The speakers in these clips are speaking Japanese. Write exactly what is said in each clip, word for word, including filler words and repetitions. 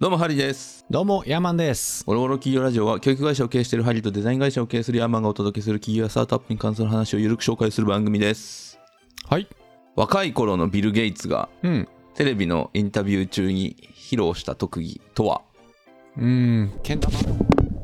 どうもハリーです。 どうもヤーマンです。 オロオロ企業ラジオは教育会社を経営しているハリーとデザイン会社を経営するヤーマンがお届けする企業やスタートアップに関する話をゆるく紹介する番組です。 はい。 若い頃のビル・ゲイツが、 うん、 テレビのインタビュー中に披露した特技とは？ うーん、けん玉。ちょ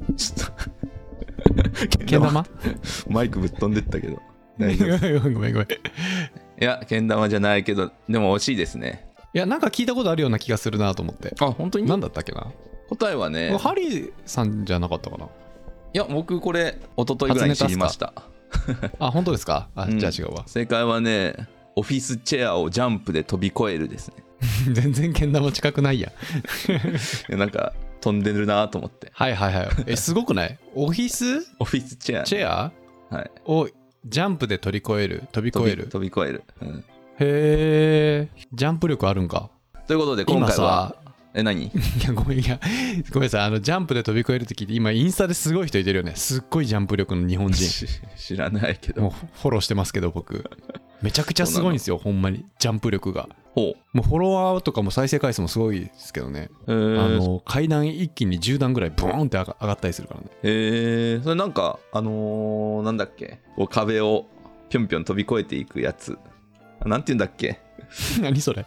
っとけん玉マイクぶっ飛んでったけど大丈夫？ ごめんごめん。いや、けん玉じゃないけど、でも惜しいですね。 や、なんか聞いたことあるような気がするなと思って。 あ、本当に？ 何だったっけな。 答えはね、 ハリーさんじゃなかったかな。いや、僕これ一昨日ぐらいに知りました。 あ、本当ですか。あ、うん、じゃあ違うわ。 正解はね、オフィスチェアをジャンプで飛び越えるですね。 全然けん玉近くないやん。 なんか飛んでるなと思って。 はいはいはい。え、すごくない？オフィスオフィスチェア、ね、 チェア、はい、をジャンプで取り越える飛び越える飛び、飛び越える、うん、 へえ、ジャンプ力あるんか。 ということで今回はえ、何？ いやごめん、いやごめんなさい、あのジャンプで飛び越えるって聞いて、今インスタですごい人いてるよね。すっごいジャンプ力の日本人知らないけど、 もうフォローしてますけど、僕めちゃくちゃすごいんですよ、ほんまにジャンプ力が。 ほう、 もうフォロワーとかも再生回数もすごいですけどね。あの階段一気にじゅう段ぐらいボーンって上がったりするからね。 へえ、それなんかあのー、なんだっけ、こう壁をぴょんぴょん飛び越えていくやつ、なんて言うんだっけ何それ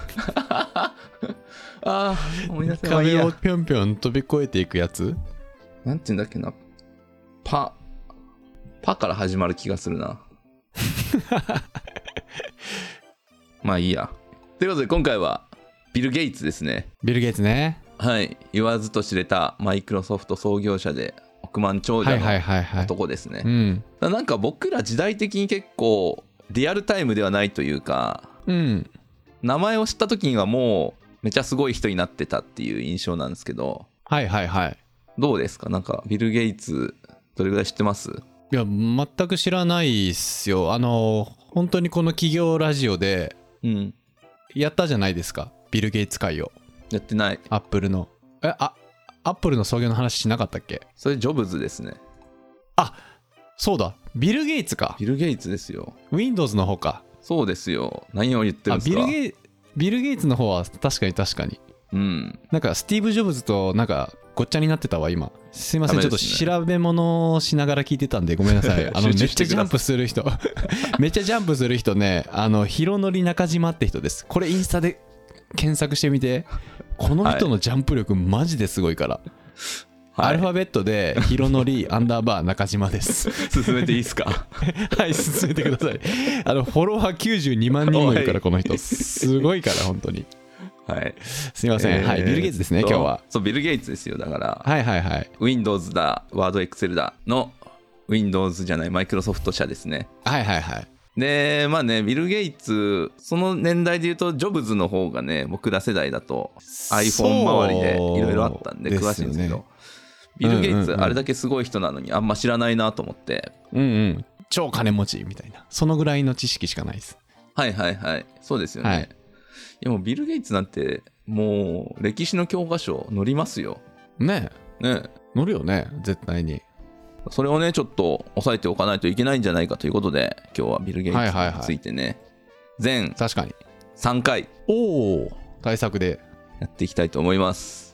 あー、思い出せない。 壁をぴょんぴょん飛び越えていくやつ、 なんて言うんだっけな、パパから始まる気がするなまあいいや。ということで今回はビル・ゲイツですね。 ビル・ゲイツね。 はい、言わずと知れたマイクロソフト創業者で億万長者の男ですね。なんか僕ら時代的に結構リアルタイムではないというか、 うん、 名前を知った時にはもうめちゃすごい人になってたっていう印象なんですけど、 はいはいはい。 どうですか？なんかビル・ゲイツどれぐらい知ってます？ いや全く知らないっすよ。あの本当にこの企業ラジオでやったじゃないですか、ビル・ゲイツ会を。 やってない。 アップルのえあアップルの創業の話しなかったっけ？ それジョブズですね。 あ、そうだ、ビル・ゲイツか。 ビル・ゲイツですよ。 Windows の方か。 そうですよ。何を言ってるんですか？ あ、ビルゲイ、ビル・ゲイツの方は確かに確かに、 うん、 なんかスティーブ・ジョブズとなんかごっちゃになってたわ今。すいません、ね、ちょっと調べ物をしながら聞いてたんでごめんなさい。あのめっちゃジャンプする人めっちゃジャンプする人ね、あのヒロノリ中島って人です。これインスタで検索してみて。この人のジャンプ力マジですごいから、はい、アルファベットでヒロノリアンダーバー中島です進めていいですか？ はい、進めてください。あのフォロワーきゅうじゅうにまんにんもいるからこの人すごいから本当に。 はい、 すいません、えー、はい、ビル・ゲイツですね今日は。 そう、ビル・ゲイツですよ。だからはいはいはい、 Windows だ、Word、Excel だの Windows じゃないマイクロソフト社ですね。 はいはいはい。 でまあね、ビル・ゲイツ、その年代でいうとジョブズの方がね、僕ら世代だと iPhone 周りでいろいろあったんで詳しいんですけど、ビル・ゲイツあれだけすごい人なのにあんま知らないなと思って。 うんうん、超金持ちみたいな、そのぐらいの知識しかないです。 はいはいはい、そうですよね、はい、いやもうビル・ゲイツなんてもう歴史の教科書載りますよね。 えねえ、 載るよね絶対に。 それをねちょっと押さえておかないといけないんじゃないかということで、今日はビル・ゲイツについてね、はいはいはい、全確かにさんかいおお対策でやっていきたいと思います。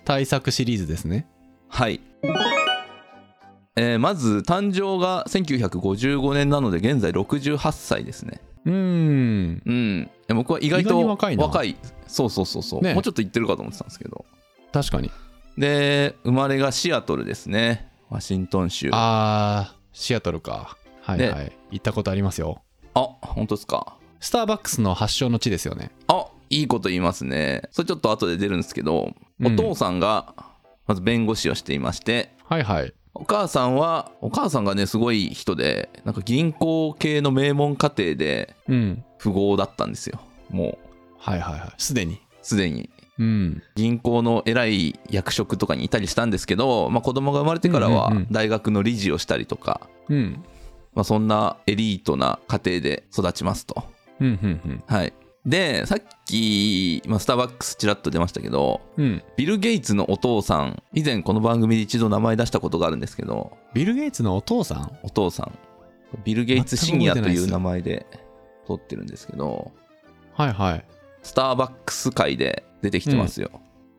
対策シリーズですね。 はい、えー、まず誕生がせんきゅうひゃくごじゅうごねんなので現在ろくじゅうはっさいですね。 うーん、 うん、僕は意外と意外に若いな。 若い、そうそうそうそう、ね、もうちょっと言ってるかと思ってたんですけど。 確かに。 で生まれがシアトルですね、ワシントン州。 あー、シアトルか。はいはい、行ったことありますよ。 あ、本当ですか。 スターバックスの発祥の地ですよね。 あ、いいこと言いますね。それちょっと後で出るんですけど、うん、お父さんがまず弁護士をしていまして、 はいはい、 お母さんはお母さんがねすごい人で、なんか銀行系の名門家庭で富豪だったんですよ、もう。 はいはいはい、すでにすでにうん、 銀行の偉い役職とかにいたりしたんですけど、まあ、子供が生まれてからは大学の理事をしたりとか、 うんうんうん、 まあ、そんなエリートな家庭で育ちますと、 うんうんうん、 はい。でさっき、まあ、スターバックスちらっと出ましたけど、うん、ビル・ゲイツのお父さん、以前この番組で一度名前出したことがあるんですけど、 ビル・ゲイツのお父さんお父さんビル・ゲイツシニアという名前で撮ってるんですけど、 はいはい、 スターバックス界で出てきてますよ、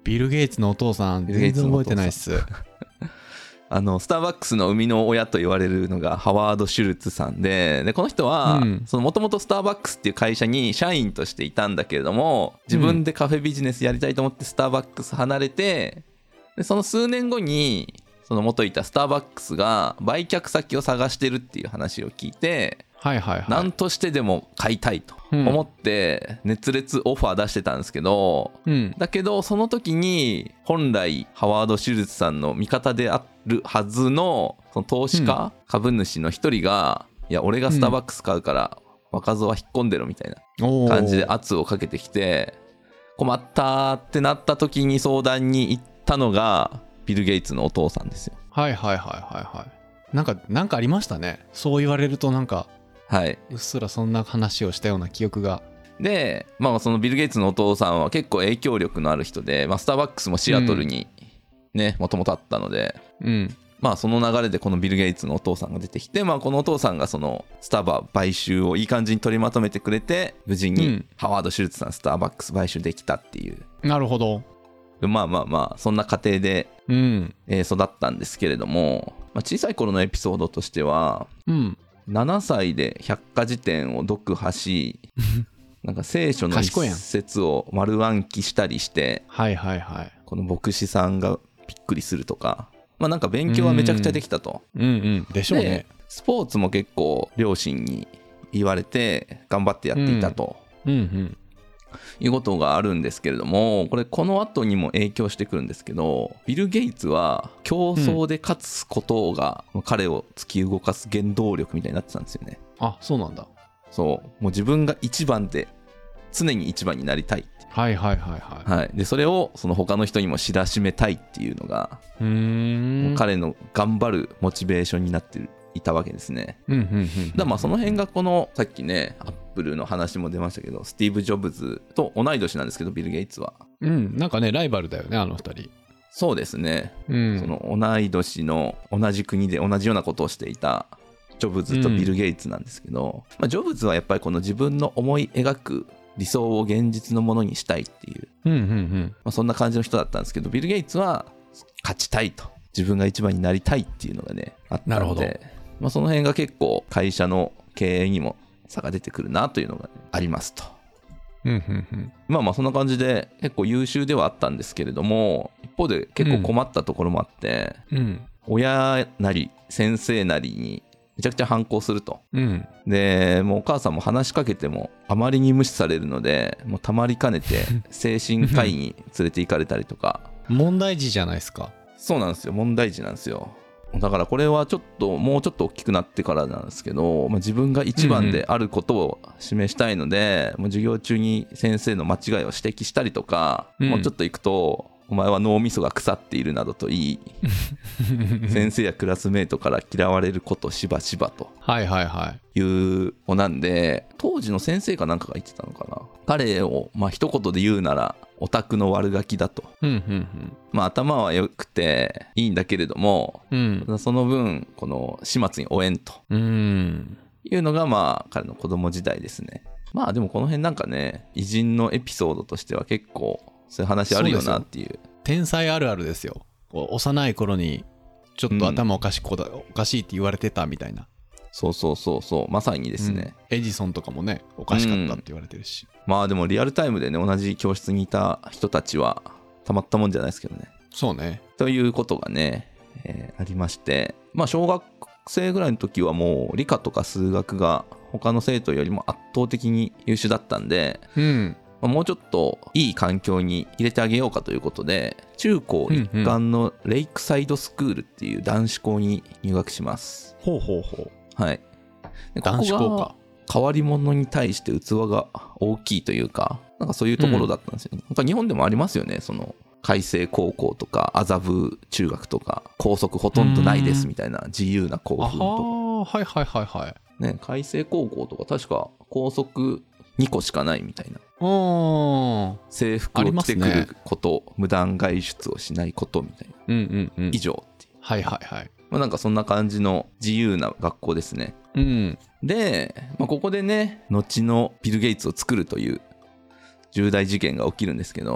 ビル・ゲイツのお父さん全然覚えてないっす。 あのスターバックスの生みの親と言われるのがハワード・シュルツさんで、でこの人はもともとスターバックスっていう会社に社員としていたんだけれども、自分でカフェビジネスやりたいと思ってスターバックス離れて、でその数年後にその元いたスターバックスが売却先を探してるっていう話を聞いて、 はいはいはい、 何としてでも買いたいと思って熱烈オファー出してたんですけど、うん、だけどその時に本来ハワード・シュルツさんの味方であるはずのその投資家、うん、株主の一人が、いや俺がスターバックス買うから若造は引っ込んでろみたいな感じで圧をかけてきて、困ったってなった時に相談に行ったのがビル・ゲイツのお父さんですよ。 はいはいはいはいはい。なんかなんかありましたね、そう言われると。なんかはい、 うっすらそんな話をしたような記憶が。 で、まあ、そのビル・ゲイツのお父さんは結構影響力のある人で、まあ、スターバックスもシアトルにねもともとあったので、うん、まあその流れでこのビル・ゲイツのお父さんが出てきて、まあ、このお父さんがそのスタバ買収をいい感じに取りまとめてくれて、無事にハワード・シュルツさんスターバックス買収できたっていう、 うん、なるほど。 まあまあまあそんな過程で、うんえー、育ったんですけれども、まあ、小さい頃のエピソードとしては、うんななさいで百科事典を読破しなんか聖書の一節を丸暗記したりして、 はいはいはい、 この牧師さんがびっくりするとか、まあなんか勉強はめちゃくちゃできたと。 うんうんでしょうね。 スポーツも結構両親に言われて頑張ってやっていたと、うんうんうんいうことがあるんですけれども、これこの後にも影響してくるんですけど、ビル・ゲイツは競争で勝つことが彼を突き動かす原動力みたいになってたんですよね。 あ、そうなんだ。 そう、もう自分が一番で常に一番になりたい。 はいはいはいはい、 はい、でそれをその他の人にも知らしめたいっていうのがうーん彼の頑張るモチベーションになってるいたわけですね。うんうんうんうん、だまあその辺がこのさっきねアップルの話も出ましたけど、スティーブ・ジョブズと同い年なんですけど、ビル・ゲイツは。 うんなんかねライバルだよねあの二人。 そうですね、うん、その同い年の同じ国で同じようなことをしていたジョブズとビル・ゲイツなんですけど、うんまあ、ジョブズはやっぱりこの自分の思い描く理想を現実のものにしたいっていう、うんうんうんまあ、そんな感じの人だったんですけど、ビル・ゲイツは勝ちたいと、自分が一番になりたいっていうのがねあったので、なるほど、まあ、その辺が結構会社の経営にも差が出てくるなというのがありますと。うんうんうん、まあまあそんな感じで結構優秀ではあったんですけれども、一方で結構困ったところもあって、うん、親なり先生なりにめちゃくちゃ反抗すると、うん、でもうお母さんも話しかけてもあまりに無視されるので、もうたまりかねて精神科医に連れて行かれたりとか問題児じゃないですか。 そうなんですよ、問題児なんですよ。だからこれはちょっともうちょっと大きくなってからなんですけど、まあ、自分が一番であることを示したいので、うんうん、もう授業中に先生の間違いを指摘したりとか、うん、もうちょっと行くとお前は脳みそが腐っているなどと言い先生やクラスメートから嫌われることしばしばとはいはいはいいう子なんで、当時の先生かなんかが言ってたのかな、彼をまあ一言で言うならオタクの悪ガキだと、うんうんうん、まあ頭は良くていいんだけれども、うん、その分この始末に負えんというのがまあ彼の子供時代ですね。まあでもこの辺なんかね偉人のエピソードとしては結構そういう話あるよなっていう。 天才あるあるですよ。幼い頃にちょっと頭おかしい子だ、うん、おかしいって言われてたみたいな。 そうそうそうそう、まさにですね、 うん、エジソンとかもねおかしかったって言われてるし、 うん、まあでもリアルタイムでね同じ教室にいた人たちはたまったもんじゃないですけどね。 そうね。 ということがね、えー、ありまして、まあ小学生ぐらいの時はもう理科とか数学が他の生徒よりも圧倒的に優秀だったんで、うんまあ、もうちょっといい環境に入れてあげようかということで、中高一貫のレイクサイドスクールっていう男子校に入学します。 ほうほうほう。 はい。で男子校か。 変わり者に対して器が大きいというか、なんかそういうところだったんですよ、ね。うん、なんか日本でもありますよね。その開成高校とか麻布中学とか校則ほとんどないですみたいな自由な校風とか。 あはいはいはいはい。 ね、開成高校とか確か校則にこしかないみたいな。制服を着てくること、ね、無断外出をしないことみたいな、うんうんうん、以上っていう。 はいはいはい。 まあ、なんかそんな感じの自由な学校ですね。うん、で、まあ、ここでね後のビル・ゲイツを作るという重大事件が起きるんですけど、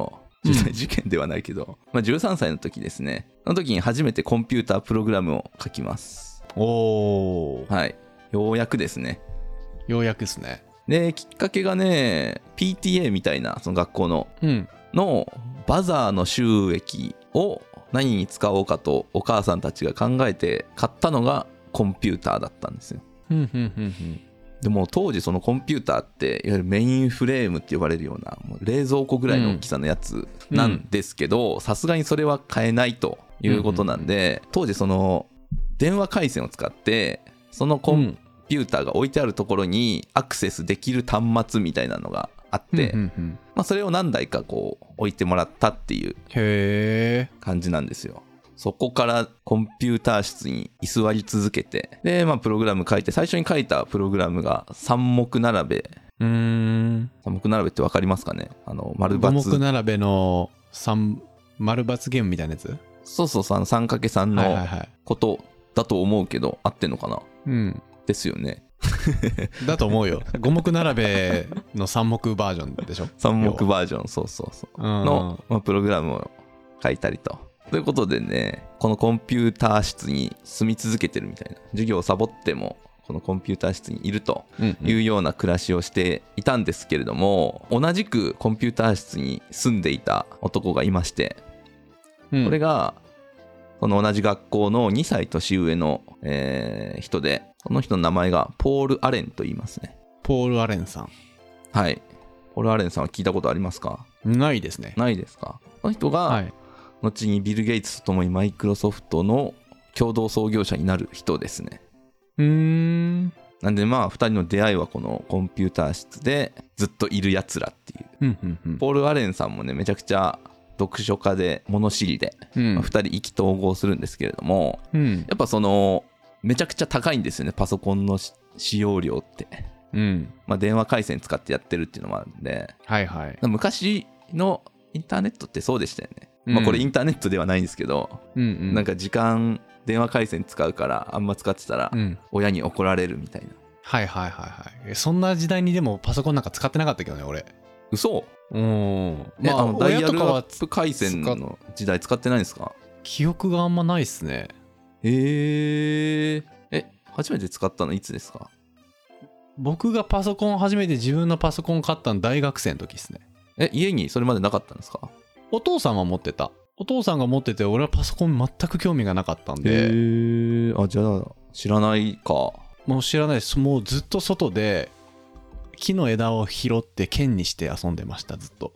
重大事件ではないけど、まあ、じゅうさんさいの時ですね。その時に初めてコンピュータープログラムを書きます。 おー。 はい。ようやくですね。 ようやくですね。 で、きっかけがね、ピーティーエー みたいな、その学校の、 うん。 のバザーの収益を何に使おうかとお母さんたちが考えて買ったのがコンピューターだったんですよ。 ふんふんふんふん。 でも当時そのコンピューターっていわゆるメインフレームって呼ばれるようなもう冷蔵庫ぐらいの大きさのやつなんですけど、さすがにそれは買えないということなんで、当時その電話回線を使ってそのコンピューターが置いてあるところにアクセスできる端末みたいなのがあって、 うんうんうん、 まあ、それを何台かこう置いてもらったっていう感じなんですよ。そこからコンピューター室に居座り続けて、で、まあ、プログラム書いて、最初に書いたプログラムが三目並べ。 うーん。 三目並べって分かりますかね？あの、丸五 ×。 目並べの三、丸×ゲームみたいなやつ？ そうそう、さんかけさん のことだと思うけど、合ってんのかな？ うん。 ですよね。 だと思うよ。五目並べの三目バージョンでしょ？ 三目バージョン、そうそうそう。の、まあ、プログラムを書いたりと。ということでね、このコンピューター室に住み続けてるみたいな、授業をサボってもこのコンピューター室にいるというような暮らしをしていたんですけれども、同じくコンピューター室に住んでいた男がいまして、これがその同じ学校のにさい年上の、えー、人で、この人の名前がポール・アレンと言いますね。 ポール・アレンさん。 はい。ポール・アレンさんは聞いたことありますか？ ないですね。 ないですか？この人が、はい、後にビル・ゲイツとともにマイクロソフトの共同創業者になる人ですね。 うーん。 なんでまあふたりの出会いはこのコンピューター室でずっといるやつらっていう。 うんうんうん、 ポール・アレンさんもねめちゃくちゃ読書家で物知りで、うんまあ、ふたり意気投合するんですけれども、うん、やっぱそのめちゃくちゃ高いんですよね、パソコンの使用量って。うんまあ、電話回線使ってやってるっていうのもあるんで、 はいはい、 昔のインターネットってそうでしたよね。まあ、これインターネットではないんですけど、うんうん、なんか時間電話回線使うからあんま使ってたら親に怒られるみたいな、うん、 はいはいはいはい。そんな時代にでもパソコンなんか使ってなかったけどね俺。 嘘？ うんまあ、あのダイヤルアップ回線の時代使ってないんですか？ 記憶があんまないっすね。 へええ初めて使ったのいつですか？ 僕がパソコン初めて自分のパソコン買ったの大学生の時ですね。 え家にそれまでなかったんですか？ お父さんは持ってた。お父さんが持ってて俺はパソコン全く興味がなかったんで。 へえあじゃあ知らないか。 もう知らないです。もうずっと外で木の枝を拾って剣にして遊んでましたずっと。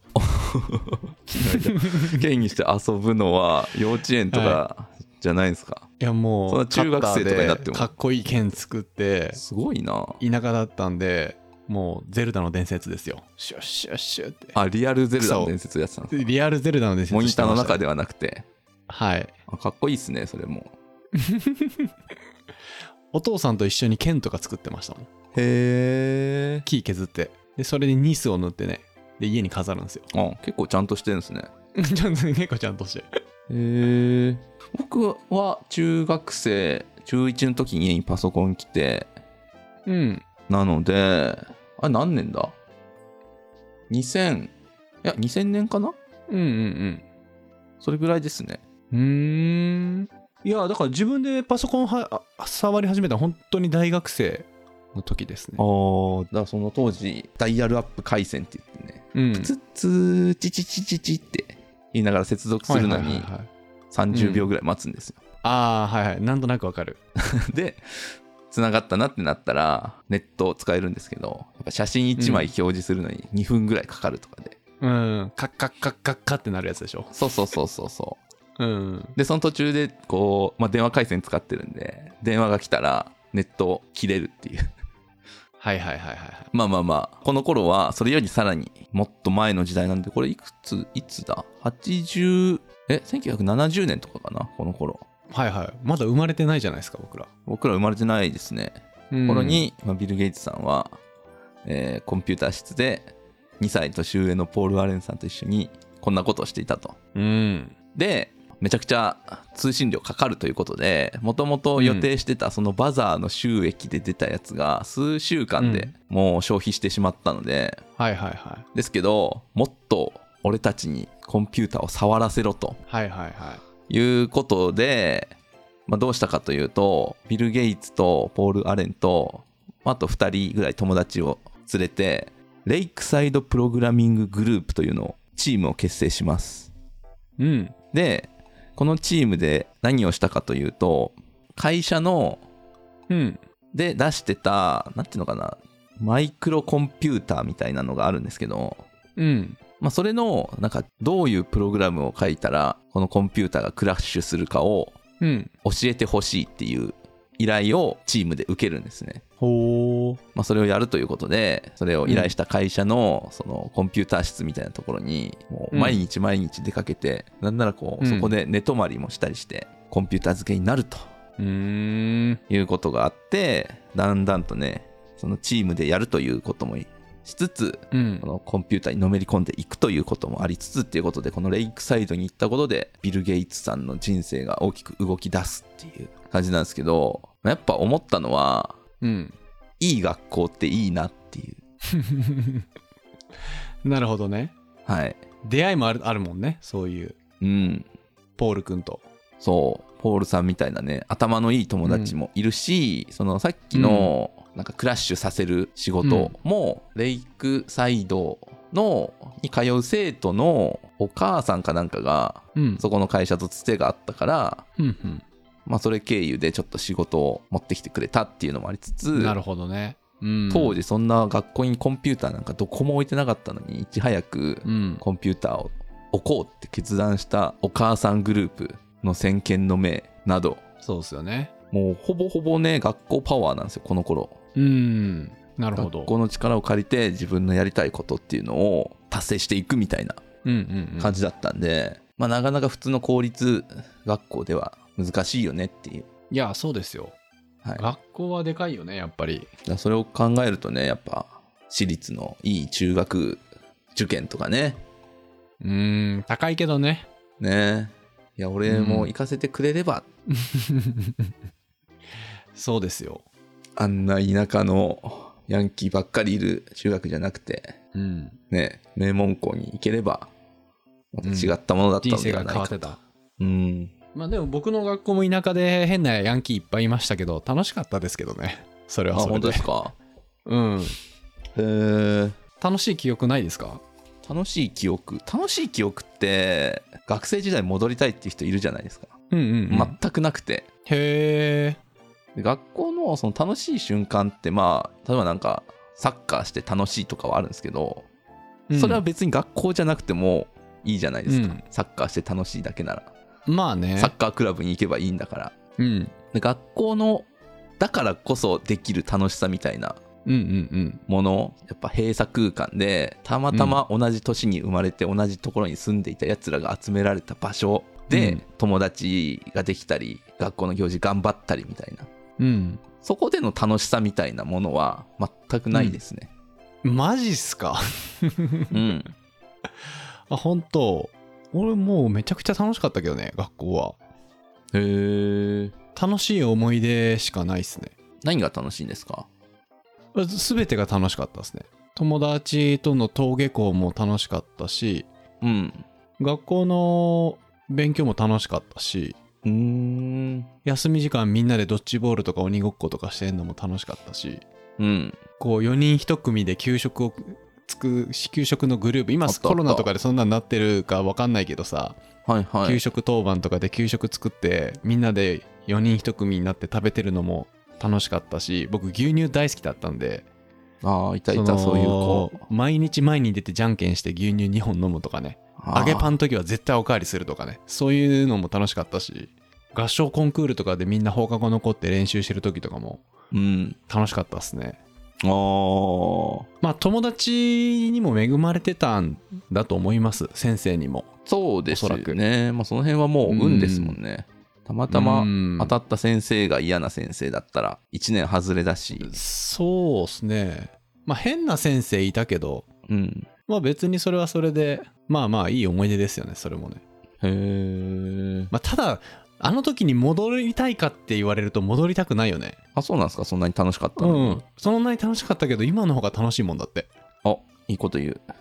剣にして遊ぶのは幼稚園とかじゃないですか？はい、 いやもうそんな中学生とかになってもかっこいい剣作ってすごいな。 田舎だったんでもうゼルダの伝説ですよ。シュッシュッシュッって。 あリアルゼルダの伝説やってたんですか？ リアルゼルダの伝説モニターの中ではなくて。 はいあかっこいいっすねそれも。 お父さんと一緒に剣とか作ってましたもん。 へえ。 木削ってでそれにニスを塗ってねで家に飾るんですよ。 あ結構ちゃんとしてるんですね。 ちゃんと結構ちゃんとして。 へえ。僕は中学生中いちの時に家にパソコン来て、 うんなのであれ何年だにせんいやにせんねんかな。 うんうんうんそれぐらいですね。 うーんいやだから自分でパソコンは触り始めた本当に大学生の時ですね。 ああだからその当時ダイヤルアップ回線って言ってね、うん、プツッツーチチチチチって言いながら接続するのにさんじゅうびょうぐらい待つんですよ、うん、 ああはいはいなんとなくわかる。 で繋がったなってなったらネットを使えるんですけどやっぱ写真いちまい表示するのににふんぐらいかかるとかで、 うん、うん、カッカッカッカッカってなるやつでしょ。 そうそうそうそうそううん、 でその途中でこう、まあ、電話回線使ってるんで電話が来たらネット切れるっていうはいはいはいはいまあまあまあこの頃はそれよりさらにもっと前の時代なんでこれいくついつだはちじゅうえせんきゅうひゃくななじゅうねんとかかなこの頃。 はいはいまだ生まれてないじゃないですか僕ら。 僕ら生まれてないですね。 うん、 頃に、まあ、ビル・ゲイツさんは、えー、コンピューター室でにさい年上のポール・アレンさんと一緒にこんなことをしていたと、 うん、 でめちゃくちゃ通信料かかるということでもともと予定してたそのバザーの収益で出たやつが数週間でもう消費してしまったので、 うん、はいはいはいですけどもっと俺たちにコンピューターを触らせろとはいはいはいうことで、まあ、どうしたかというとビル・ゲイツとポール・アレンとあとふたりぐらい友達を連れてレイクサイドプログラミンググループというのをチームを結成します。 い。うん。 でこのチームで何をしたかというと会社のうんで出してたなんていうのかなマイクロコンピューターみたいなのがあるんですけど、 うんまあ、それのなんかどういうプログラムを書いたらこのコンピューターがクラッシュするかをうん教えてほしいっていう依頼をチームで受けるんですね。 ほーまあ、それをやるということでそれを依頼した会社のそのコンピューター室みたいなところにもう毎日毎日出かけて、なんならこうそこで寝泊まりもしたりしてコンピューター付けになるとうーんいうことがあって、だんだんとねそのチームでやるということもしつつ、 うんこのコンピューターにのめり込んでいくということもありつつっていうことで、このレイクサイドに行ったことでビル・ゲイツさんの人生が大きく動き出すっていう感じなんですけど、やっぱ思ったのはうんいい学校っていいなっていうなるほどね。 はい出会いもある、あるもんね、そういううんポール君と。 そうポールさんみたいなね頭のいい友達もいるし、うん、そのさっきのなんかクラッシュさせる仕事も、うん、レイクサイドのに通う生徒のお母さんかなんかが、うん、そこの会社とつてがあったから、うんうん、まあそれ経由でちょっと仕事を持ってきてくれたっていうのもありつつ、 なるほどね、うん、 当時そんな学校にコンピューターなんかどこも置いてなかったのにいち早くコンピューターを置こうって決断したお母さんグループの先見の明など、 そうですよね、 もうほぼほぼね学校パワーなんですよこの頃。 うん、なるほど。 学校の力を借りて自分のやりたいことっていうのを達成していくみたいな感じだったんで、うんうんうん、まあなかなか普通の公立学校では難しいよねっていう。 いやそうですよ、はい、学校はでかいよねやっぱり。 それを考えるとねやっぱ私立のいい中学受験とかね、 うーん高いけどね。 ねいや俺も行かせてくれれば、うん、 そうですよ。 あんな田舎のヤンキーばっかりいる中学じゃなくて、うん、ね名門校に行ければまた違ったものだったのではないかと、うん、人生が変わってた。うんまあでも僕の学校も田舎で変なヤンキーいっぱいいましたけど楽しかったですけどね。それはそれで。あ本当ですか。うんへえ。楽しい記憶ないですか。 楽しい記憶楽しい記憶って学生時代戻りたいっていう人いるじゃないですか。うんうん、うん、全くなくて。へえ。学校のその楽しい瞬間ってまあ例えばなんかサッカーして楽しいとかはあるんですけど、うん、それは別に学校じゃなくてもいいじゃないですか、うん、サッカーして楽しいだけなら。まあねサッカークラブに行けばいいんだから、うん、で学校のだからこそできる楽しさみたいなもの、うんうんうん、やっぱ閉鎖空間でたまたま同じ年に生まれて同じところに住んでいたやつらが集められた場所で、うん、友達ができたり学校の行事頑張ったりみたいな、うん、そこでの楽しさみたいなものは全くないですね、 うん、マジっすかうんあ本当俺もうめちゃくちゃ楽しかったけどね学校は。へえ。楽しい思い出しかないっすね。 何が楽しいんですか。 全てが楽しかったですね。友達との登下校も楽しかったし、うん、学校の勉強も楽しかったし、うーん休み時間みんなでドッジボールとか鬼ごっことかしてんのも楽しかったし、うん、こうよにんいち組で給食をつく給食のグループ今コロナとかでそんなになってるか分かんないけどさ、はいはい、給食当番とかで給食作ってみんなでよにんいち組になって食べてるのも楽しかったし、僕牛乳大好きだったんで、ああいたいたそういう子毎日前に出てじゃんけんして牛乳にほん飲むとかね、揚げパンの時は絶対おかわりするとかね、そういうのも楽しかったし、合唱コンクールとかでみんな放課後残って練習してる時とかも楽しかったっすね。あまあ友達にも恵まれてたんだと思います。先生にも。そうですよね、まあ、その辺はもう運ですもんね。んたまたま当たった先生が嫌な先生だったらいちねん外れだし。そうですね、まあ変な先生いたけど、うん、まあ別にそれはそれでまあまあいい思い出ですよねそれもね。へえ、まあ、ただあの時に戻りたいかって言われると戻りたくないよね。あ、そうなんですか。そんなに楽しかったのに。うん、そんなに楽しかったけど今の方が楽しいもんだって。あ、いいこと言う。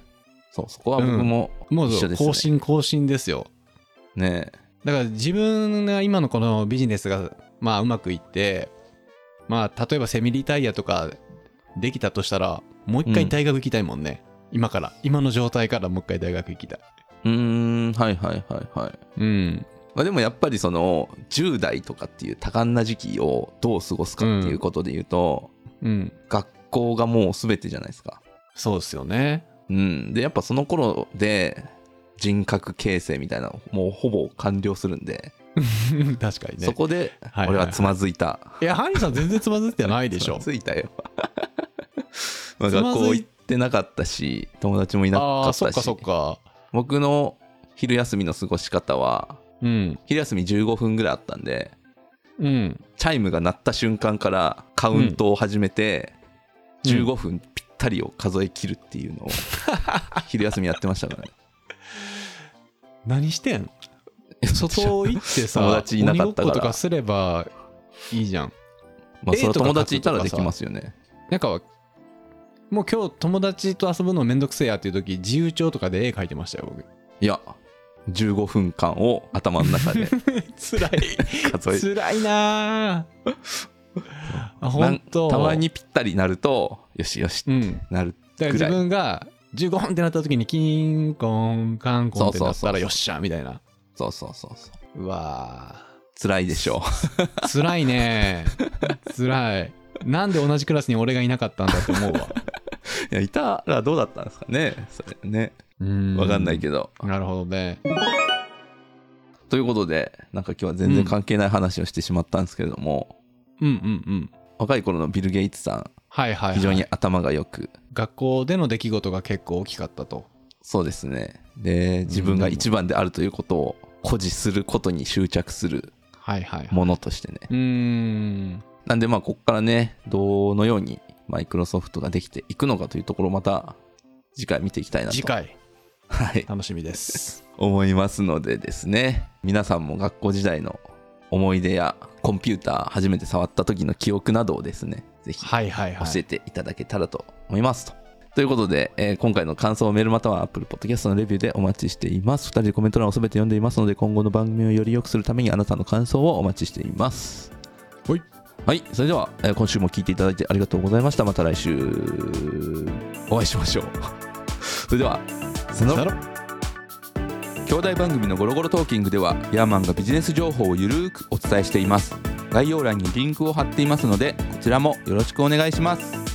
そうそこは僕ももう一緒ですね、 更新更新ですよね。 だから自分が今のこのビジネスがまあうまくいってまあ例えばセミリタイヤとかできたとしたらもう一回大学行きたいもんね、うん、今から今の状態からもう一回大学行きたい。 うーんはいはいはいはい。 うんまあ、でもやっぱりそのじゅう代とかっていう多感な時期をどう過ごすかっていうことで言うと、 うん、 学校がもう全てじゃないですか。 そうですよね。 うんでやっぱその頃で人格形成みたいなのもうほぼ完了するんで確かにね。 そこで俺はつまずいた、 はいはいはい、いやハニーさん全然つまずいてないでしょ。 つまずいたよまあ学校行ってなかったし友達もいなかったし。 あそっかそっか。 僕の昼休みの過ごし方は、うん、昼休みじゅうごふんぐらいあったんで、うん、チャイムが鳴った瞬間からカウントを始めて、うん、じゅうごふんぴったりを数え切るっていうのを昼休みやってましたからね何してん外行ってさ友達いなかったから鬼ごっことかすればいいじゃん。 まあそれは友達いたらできますよね。 なんかもう今日友達と遊ぶのめんどくせえやっていう時自由帳とかで絵描いてましたよ僕。 いやじゅうごふんかんを頭の中でつらい数えつらいなあ本当。 たまにぴったりなるとよしよしってなるぐらい、 うん、だから自分がじゅうごふんってなった時にキンコンカンコンってなったらよっしゃみたいな。 そうそうそうそううわ辛いでしょ辛いね辛い。なんで同じクラスに俺がいなかったんだって思うわいやいたらどうだったんですかねそれね。うん分かんないけど。 なるほどね。 ということでなんか今日は全然関係ない話をしてしまったんですけれども、 うん、うんうんうん若い頃のビル・ゲイツさん、 はいはいはい、 非常に頭がよく学校での出来事が結構大きかったと。 そうですね。で自分が一番であるということを誇示することに執着するものとしてね、 はいはいはい、うーんなんでまあここからねどのようにマイクロソフトができていくのかというところをまた次回見ていきたいなと次回はい楽しみです思いますのでですね、皆さんも学校時代の思い出やコンピューター初めて触った時の記憶などをですねぜひ教えていただけたらと思いますと、はいはいはい、ということで、えー、今回の感想をメールまたは Apple Podcast のレビューでお待ちしています。ふたりでコメント欄をすべて読んでいますので今後の番組をより良くするためにあなたの感想をお待ちしています。 はいはい、それでは、えー、今週も聞いていただいてありがとうございました。また来週お会いしましょうそれではさよなら。兄弟番組のゴロゴロトーキングではヤーマンがビジネス情報をゆるーくお伝えしています。概要欄にリンクを貼っていますのでこちらもよろしくお願いします。